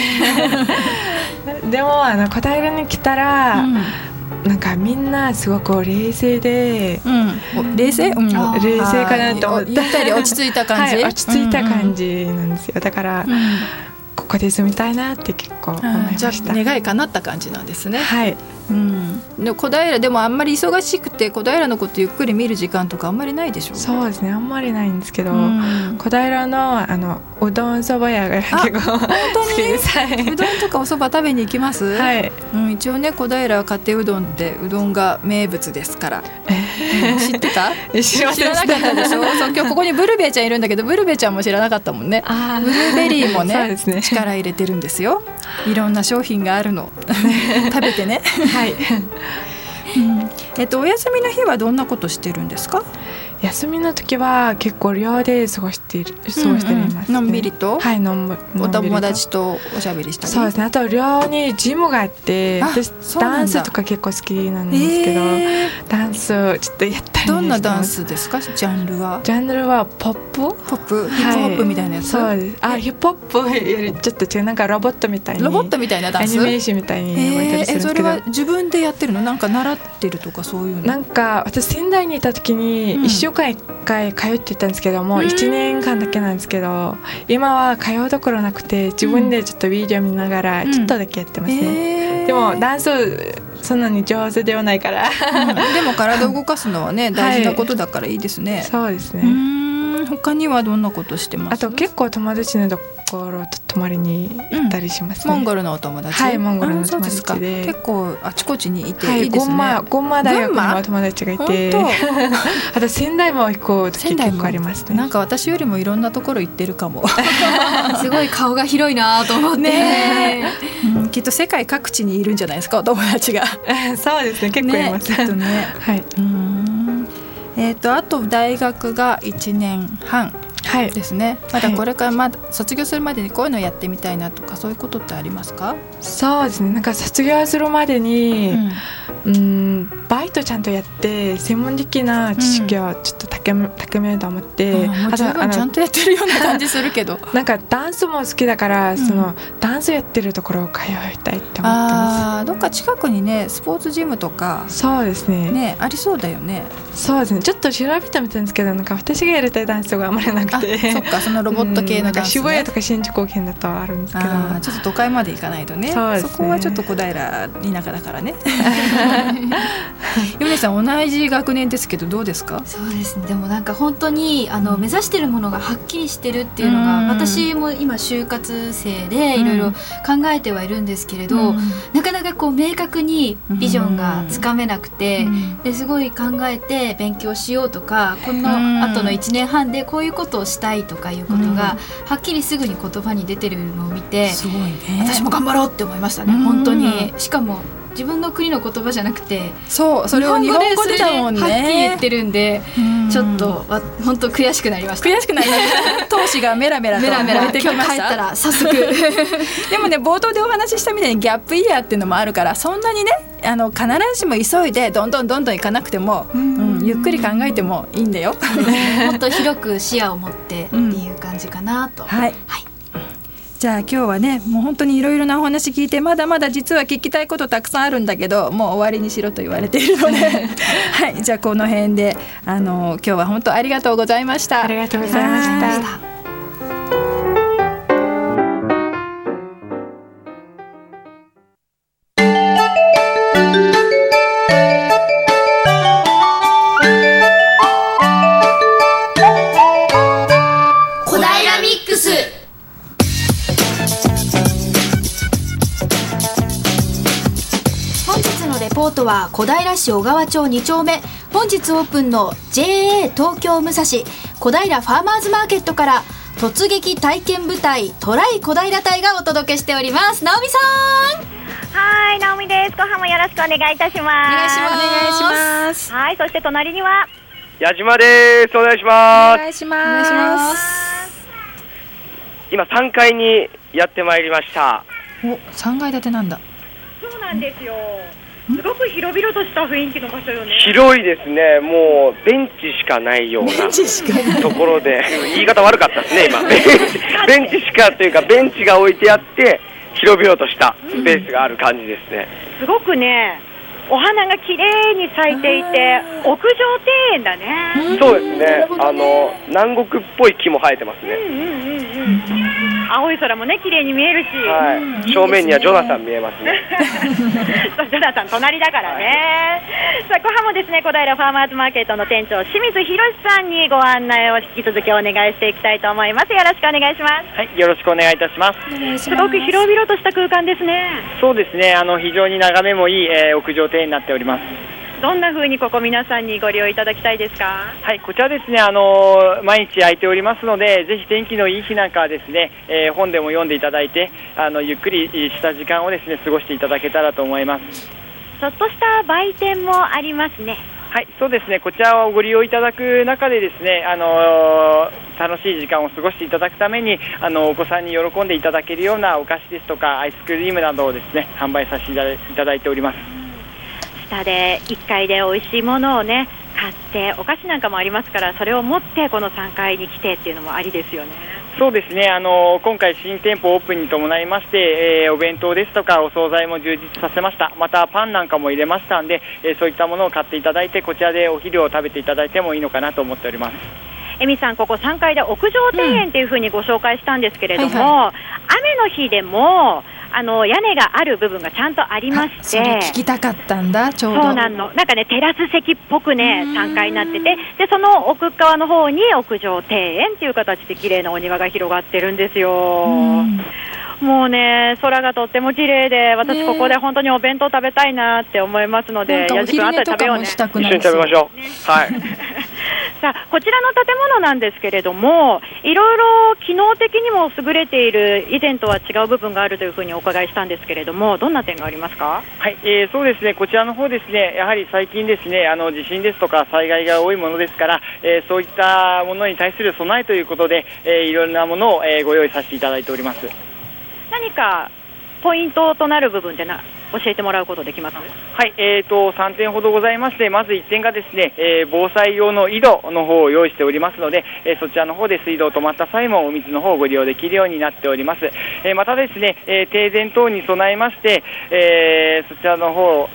ででも小平に来たら、なんかみんなすごく冷静で、 冷静？冷静かなと思って、 ゆったり落ち着いた感じ、 落ち着いた感じなんですよ。だから、ここで住みたいなって結構思いました。 じゃあ願い叶った感じなんですね。 はい。 で小平でもあんまり忙しくて小平のことゆっくり見る時間とかあんまりないでしょ？ そうですね、あんまりないんですけど、小平のうどんそば屋が結構好きです。 うどんとかおそば食べに行きます？はい、一応ね小平は家庭うどんってうどんが名物ですから、知ってた？知らなかったでしょ？そう、今日ここにブルベちゃんいるんだけど、ブルベちゃんも知らなかったもんね。ブルーベリーもね力入れてるんですよ。いろんな商品があるの食べてね。はい。お休みの日はどんなことしてるんですか？ 休みの時は結構寮で過ごしていますね。 のんびりと、 はい、 お友達とおしゃべりしたり。 そうですね。あと寮にジムがあって、私ダンスとか結構好きなんですけど、ダンスをちょっとやったり。 どんなダンスですか？ジャンルはポップ、 ヒップホップみたいなやつ。 そうです。ヒップホップよりちょっと違う、なんかロボットみたいなダンス、アニメーションみたいに動いたりするんですけど、 それは自分でやってるの？なんか習ってるとかそういうの？ なんか私仙台にいた時に1週間1回通ってたんですけども、1年間だけなんですけど、今は通うところなくて自分でちょっとビデオ見ながらちょっとだけやってますね。でもダンスそんなに上手ではないからでも体を動かすのはね大事なことだからいいですね。 そうですね。 他にはどんなことしてます？ あと結構友達のところと泊まりに行ったりしますね。 モンゴルのお友達？はい、 モンゴルの友達で結構あちこちにいていいですね。 群馬大学の友達がいてあと仙台も行く時結構ありますね。 なんか私よりもいろんなところ行ってるかもすごい顔が広いなと思ってねきっと世界各地にいるんじゃないですか、お友達がそうですね、結構います、 きっとねはい。あと大学が1年半ですね。まだこれからまだ卒業するまでにこういうのやってみたいなとかそういうことってありますか？ そうですね、なんか卒業するまでに、バイトちゃんとやって専門的な知識をちょっと高めようと思って、 もう十分ちゃんとやってるような感じするけどなんかダンスも好きだから、そのダンスやってるところを通いたいって思ってます。 どっか近くにねスポーツジムとかそうですね、 ありそうだよね。 そうですね、ちょっと調べてみたんですけど、なんか私がやりたいダンスがあんまりなくて、 そっか、そのロボット系のダンス、ね、 渋谷とか新宿県だとあるんですけど、 ちょっと都会まで行かないとね。 そこはちょっと小平田舎だからね米さん同じ学年ですけどどうですか？ そうですね、でもなんか本当に目指してるものがはっきりしてるっていうのが、私も今就活生でいろいろ考えてはいるんですけれど、なかなかこう明確にビジョンがつかめなくて、ですごい考えて勉強しようとか、この後の1年半でこういうことをしたいとかいうことがはっきりすぐに言葉に出てるのを見て、 すごいね、 私も頑張ろうって思いましたね、本当に。しかも自分の国の言葉じゃなくて、 それを日本語ではっきり言ってるんで、ちょっと本当悔しくなりました。 悔しくなりました闘志がメラメラと出てきました。 今日帰ったら早速でもね、冒頭でお話ししたみたいにギャップイヤーっていうのもあるから、そんなにね必ずしも急いでどんどん行かなくても、ゆっくり考えてもいいんだよもっと広く視野を持ってっていう感じかなと。 はい、じゃあ今日はね、もう本当にいろいろなお話聞いて、まだまだ実は聞きたいことたくさんあるんだけど、もう終わりにしろと言われているのではい、じゃあこの辺で今日は本当ありがとうございました。 ありがとうございました。 レポートは小平市小川町2丁目、本日オープンの JA 東京武蔵小平ファーマーズマーケットから突撃体験舞台トライ小平隊がお届けしております。直美さん。 はい、直美です。後半もよろしくお願いいたします。 お願いします。 はい、そして隣には矢島です。お願いします。 お願いします。 今3階にやってまいりました。 お、3階建てなんだ。 そうなんですよ。すごく広々とした雰囲気の場所よね。 広いですね。もうベンチしかないようなところで言い方悪かったですね今。ベンチしかというかベンチが置いてあって広々としたスペースがある感じですね。 すごくね、お花が綺麗に咲いていて屋上庭園だね。 そうですね。南国っぽい木も生えてますね。 青い空もね綺麗に見えるし、 はい、正面にはジョナサン見えますね。 そうジョナサン隣だからね。さあ後半もですね、小平ファーマーズマーケットの店長清水博さんにご案内を引き続きお願いしていきたいと思います。よろしくお願いします。 はい、よろしくお願いいたします。 すごく広々とした空間ですね。 そうですね。非常に眺めもいい、屋上庭園になっております。 どんな風にここ皆さんにご利用いただきたいですか？ はい、こちらですね、毎日空いておりますので、ぜひ天気のいい日なんかはですね、本でも読んでいただいて、ゆっくりした時間をですね過ごしていただけたらと思います。 ちょっとした売店もありますね。 はい、そうですね。こちらをご利用いただく中でですね、楽しい時間を過ごしていただくために、お子さんに喜んでいただけるようなお菓子ですとかアイスクリームなどをですね販売させていただいております。 下で1階で美味しいものをね買って、お菓子なんかもありますから、それを持ってこの3階に来てっていうのもありですよね。 そうですね。今回新店舗オープンに伴いまして、お弁当ですとかお惣菜も充実させました。またパンなんかも入れましたんで、そういったものを買っていただいて、こちらでお昼を食べていただいてもいいのかなと思っております。 エミさん、ここ3階で屋上庭園というふうにご紹介したんですけれども、雨の日でも屋根がある部分がちゃんとありまして、 それ聞きたかったんだ。ちょうどそうなの。なんかねテラス席っぽくね3階になってて、でその奥側の方に屋上庭園という形で綺麗なお庭が広がってるんですよ。もうね空がとっても綺麗で、私ここで本当にお弁当食べたいなって思いますので、 お昼寝とかもしたくなる。 一緒に食べましょう、ね、はい。 さあこちらの建物なんですけれども、いろいろ機能的にも優れている以前とは違う部分があるというふうにお伺いしたんですけれども、どんな点がありますか？ はい、そうですね。こちらの方ですね、やはり最近ですね地震ですとか災害が多いものですから、そういったものに対する備えということで、いろんなものを、ご用意させていただいております。 何かポイントとなる部分で教えてもらうことできます？ はい、3点ほどございまして、まず1点がですね、防災用の井戸の方を用意しておりますので、そちらの方で水道止まった際もお水の方をご利用できるようになっております。またですね、停電等に備えまして、そちらの方、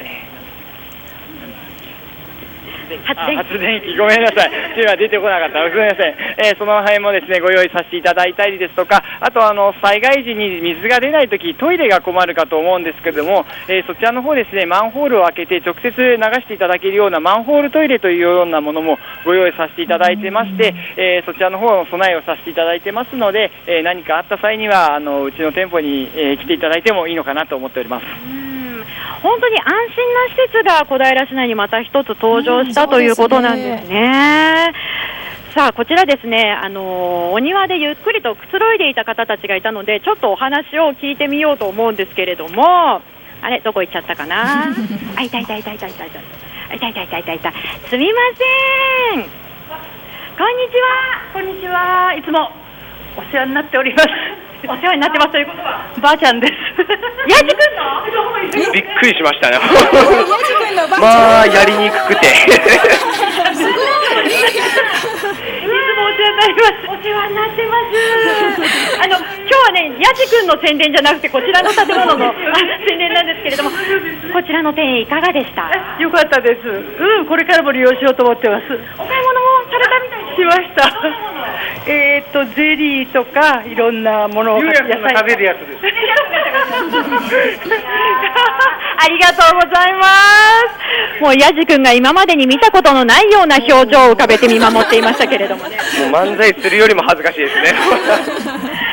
発電機、ごめんなさい、手が出てこなかった、すみません。その辺もですねご用意させていただいたりですとか、あと災害時に水が出ないときトイレが困るかと思うんですけれども、そちらの方ですねマンホールを開けて直接流していただけるようなマンホールトイレというようなものもご用意させていただいてまして、そちらの方の備えをさせていただいてますので、何かあった際にはうちの店舗に、来ていただいてもいいのかなと思っております。 本当に安心な施設が小平市内にまた一つ登場したということなんですね。さあこちらですね、お庭でゆっくりとくつろいでいた方たちがいたので、ちょっとお話を聞いてみようと思うんですけれども、あれどこ行っちゃったかなあ、いた、すみません、こんにちは。いつもお世話になっております。お世話になってますということはばあちゃんです。ヤジ君のびっくりしましたね。まあやりにくくてすごい。いつもお世話になります。お世話になってます。今日はねヤジ君の宣伝じゃなくてこちらの建物の宣伝なんですけれども、こちらの店いかがでした？ よかったです。これからも利用しようと思ってます。 お買い物もされたみたいです。 しました。ゼリーとかいろんなものを野菜食べるやつです。 ありがとうございます。もうヤジ君が今までに見たことのないような表情を浮かべて見守っていましたけれどもね。 もう漫才するよりも恥ずかしいですね。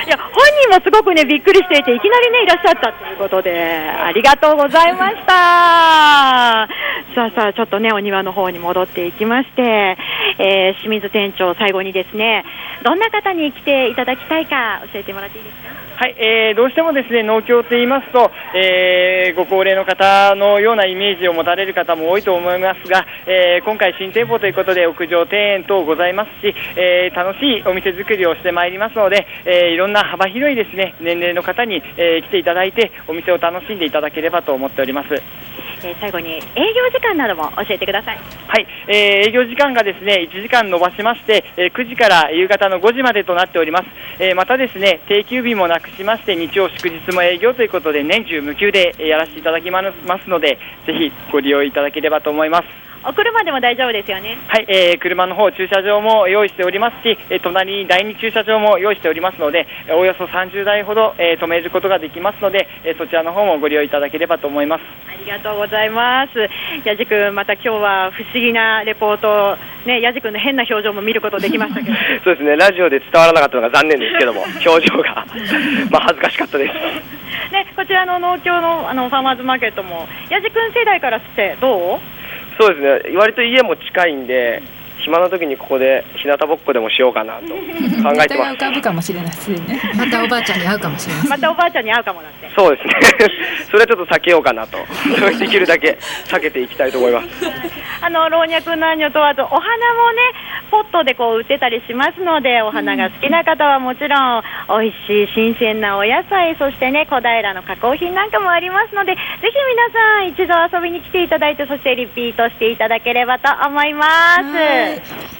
いや本人もすごくねびっくりしていて、いきなりねいらっしゃったということで、ありがとうございました。さあちょっとねお庭の方に戻っていきまして、清水店長、最後にですね、どんな方に来ていただきたいか教えてもらっていいですか？ はい、どうしてもですね農協と言いますと、ご高齢の方のようなイメージを持たれる方も多いと思いますが、今回新店舗ということで屋上庭園等ございますし、楽しいお店作りをしてまいりますので、いろんな幅広いですね年齢の方に、来ていただいてお店を楽しんでいただければと思っております。 最後に営業時間なども教えてください。 はい、営業時間がですね1時間延ばしまして、9時から夕方の5時までとなっております。またですね定休日もなくしまして、日曜祝日も営業ということで年中無休でやらせていただきますので、ぜひご利用いただければと思います。 お車でも大丈夫ですよね。 はい、車の方駐車場も用意しておりますし、隣に第2駐車場も用意しておりますので、およそ30台ほど、止めることができますので、そちらの方もご利用いただければと思います。 ありがとうございます。やじくん、また今日は不思議なレポート、ね、やじくんの変な表情も見ることできましたけどそうですね、ラジオで伝わらなかったのが残念ですけども表情が恥ずかしかったですね、こちらの農協の、ファーマーズマーケットもやじくん世代からしてどう？ そうですね、割と家も近いんで、暇な時にここで日向ぼっこでもしようかなと考えてます。 浮かぶかもしれないですね。 またおばあちゃんに会うかもしれない。 またおばあちゃんに会うかもなって。 そうですねそれはちょっと避けようかなとできるだけ避けていきたいと思います老若男女問わずお花もねポットでこう売ってたりしますので、お花が好きな方はもちろん美味しい新鮮なお野菜、そしてね小平の加工品なんかもありますので、ぜひ皆さん一度遊びに来ていただいて、そしてリピートしていただければと思います。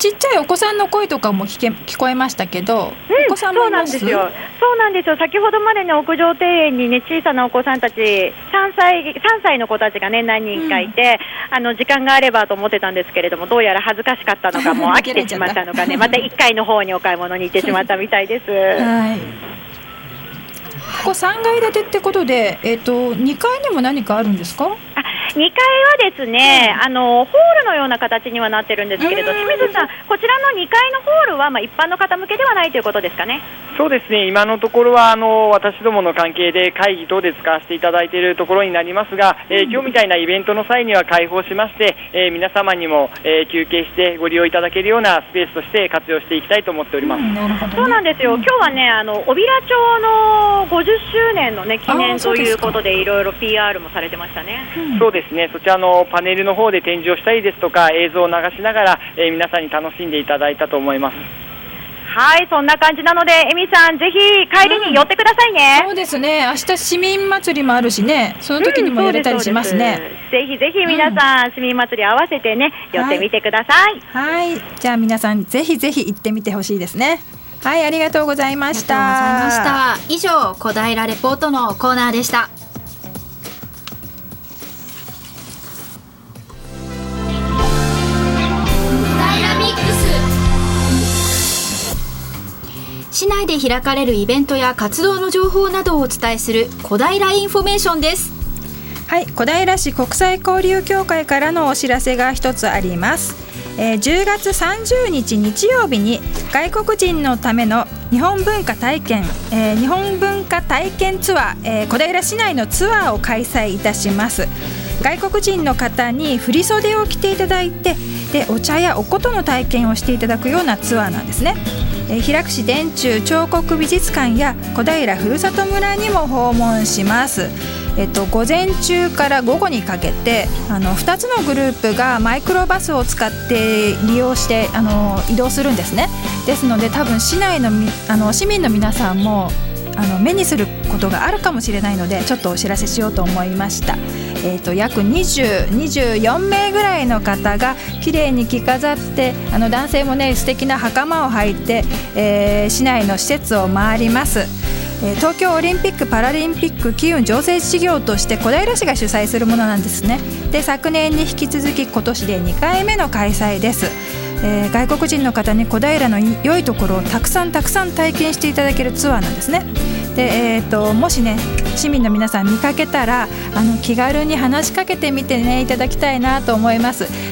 ちっちゃいお子さんの声とかも聞こえましたけど、お子さんもいます？ そうなんですよ。先ほどまでね屋上庭園にね小さなお子さんたち3歳の子たちがね何人かいて、時間があればと思ってたんですけれども、どうやら恥ずかしかったのかもう飽きてしまったのかねまた1階の方にお買い物に行ってしまったみたいです。 はい、ここ3階建てってことで、2階にも何かあるんですか？ 2階はですね、ホールのような形にはなってるんですけれど、清水さん、こちらの2階のホールは、一般の方向けではないということですかね？ そうですね、今のところは私どもの関係で会議等で使わせていただいているところになりますが、今日みたいなイベントの際には開放しまして、皆様にも、休憩してご利用いただけるようなスペースとして活用していきたいと思っております。 そうなんですよ。今日はね小平町の50周年の、ね、記念ということでいろいろ PR もされてましたね。 そうですね、そちらのパネルの方で展示をしたりですとか映像を流しながら、皆さんに楽しんでいただいたと思います。 はい、そんな感じなので、エミさんぜひ帰りに寄ってくださいね。 そうですね、明日市民祭りもあるしね、その時にも寄れたりしますね。 ぜひぜひ皆さん、市民祭り合わせてね寄ってみてください。 はい、じゃあ皆さんぜひぜひ行ってみてほしいですね。はい、ありがとうございました。 以上、小平レポートのコーナーでした。市内で開かれるイベントや活動の情報などをお伝えする小平インフォメーションです。 はい、小平市国際交流協会からのお知らせが一つあります。10月30日日曜日に外国人のための日本文化体験、日本文化体験ツアー、小平市内のツアーを開催いたします。外国人の方に振袖を着ていただいて、でお茶やお琴の体験をしていただくようなツアーなんですね。平久市電柱彫刻美術館や小平ふるさと村にも訪問します。午前中から午後にかけて2つのグループがマイクロバスを使って利用して移動するんですね。ですので多分市内の市民の皆さんも目にすることがあるかもしれないので、ちょっとお知らせしようと思いました。約24名ぐらいの方が綺麗に着飾って男性もね素敵な袴を履いて、市内の施設を回ります。東京オリンピック・パラリンピック機運醸成事業として小平市が主催するものなんですね。で昨年に引き続き今年で2回目の開催です。外国人の方に小平の良いところをたくさん体験していただけるツアーなんですね。で、もしね市民の皆さん見かけたら気軽に話しかけてみてねいただきたいなと思います。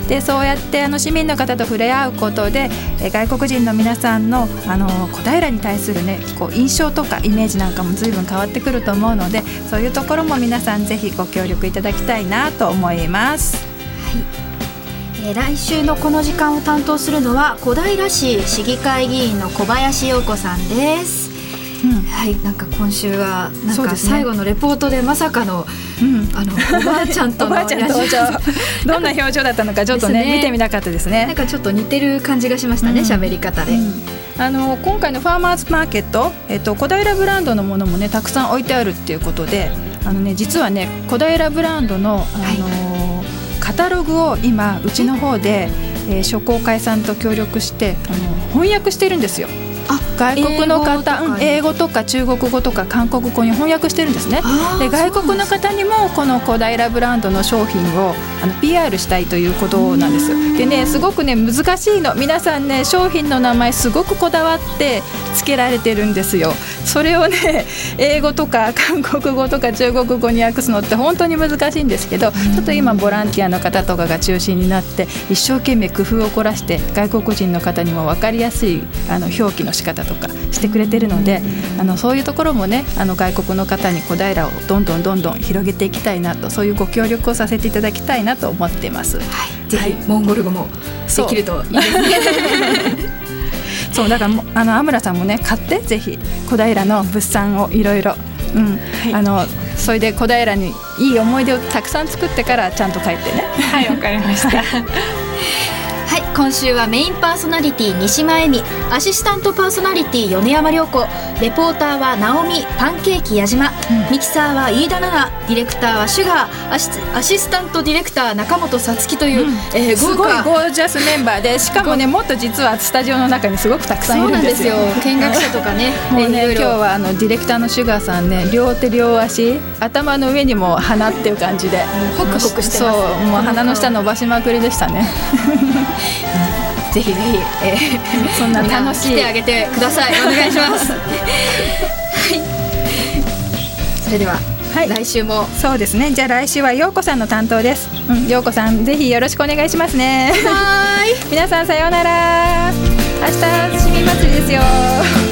でそうやって市民の方と触れ合うことで、外国人の皆さんの小平に対するねこう印象とかイメージなんかも随分変わってくると思うので、そういうところも皆さんぜひご協力いただきたいなと思います。 はい、来週のこの時間を担当するのは小平市市議会議員の小林陽子さんです。はい、なんか今週はなんか最後のレポートでまさかの、おばあちゃんとの登場どんな表情だったのかちょっとね見てみたかったですね。 なんかちょっと似てる感じがしましたね、喋り方で。 今回のファーマーズマーケット、小平ブランドのものもねたくさん置いてあるっていうことで、実はね小平ブランドの、カタログを今うちの方で、商工会さんと協力して翻訳してるんですよ。外国の方、英語とか中国語とか韓国語に翻訳してるんですね。で外国の方にもこの小平ブランドの商品をPR したいということなんです。でねすごくね難しいの。皆さんね商品の名前すごくこだわって付けられてるんですよ。それをね英語とか韓国語とか中国語に訳すのって本当に難しいんですけど、ちょっと今ボランティアの方とかが中心になって一生懸命工夫を凝らして外国人の方にも分かりやすい表記の仕方とかしてくれてるので、そういうところもね外国の方に小平をどんどん広げていきたいなと、そういうご協力をさせていただきたいなと思っています。 ぜひモンゴル語もできるといいですね。 そうだからアムラさんもね買ってぜひ小平の物産をいろいろそれで小平にいい思い出をたくさん作ってからちゃんと帰ってね。 はい、わかりました。 はい、今週はメインパーソナリティ西間恵美、アシスタントパーソナリティ米山涼子、レポーターは直美、パンケーキ矢島、ミキサーは飯田奈々、ディレクターはシュガー、アシスタントディレクター中本さつきという、 すごいゴージャスメンバーで、しかもねもっと実はスタジオの中にすごくたくさんいるんですよ。 そうなんですよ。見学者とかねもうね今日はディレクターのシュガーさんね両手両足頭の上にも鼻っていう感じでホクホクしてます。 そうもう鼻の下伸ばしまくりでしたね。 ぜひぜひ、 そんな楽しい来てあげてください。お願いします。はい、それでは、来週もそうですね。じゃあ来週は陽子さんの担当です。陽子さんぜひよろしくお願いしますね。 はい皆さんさようなら。明日市民祭りですよ。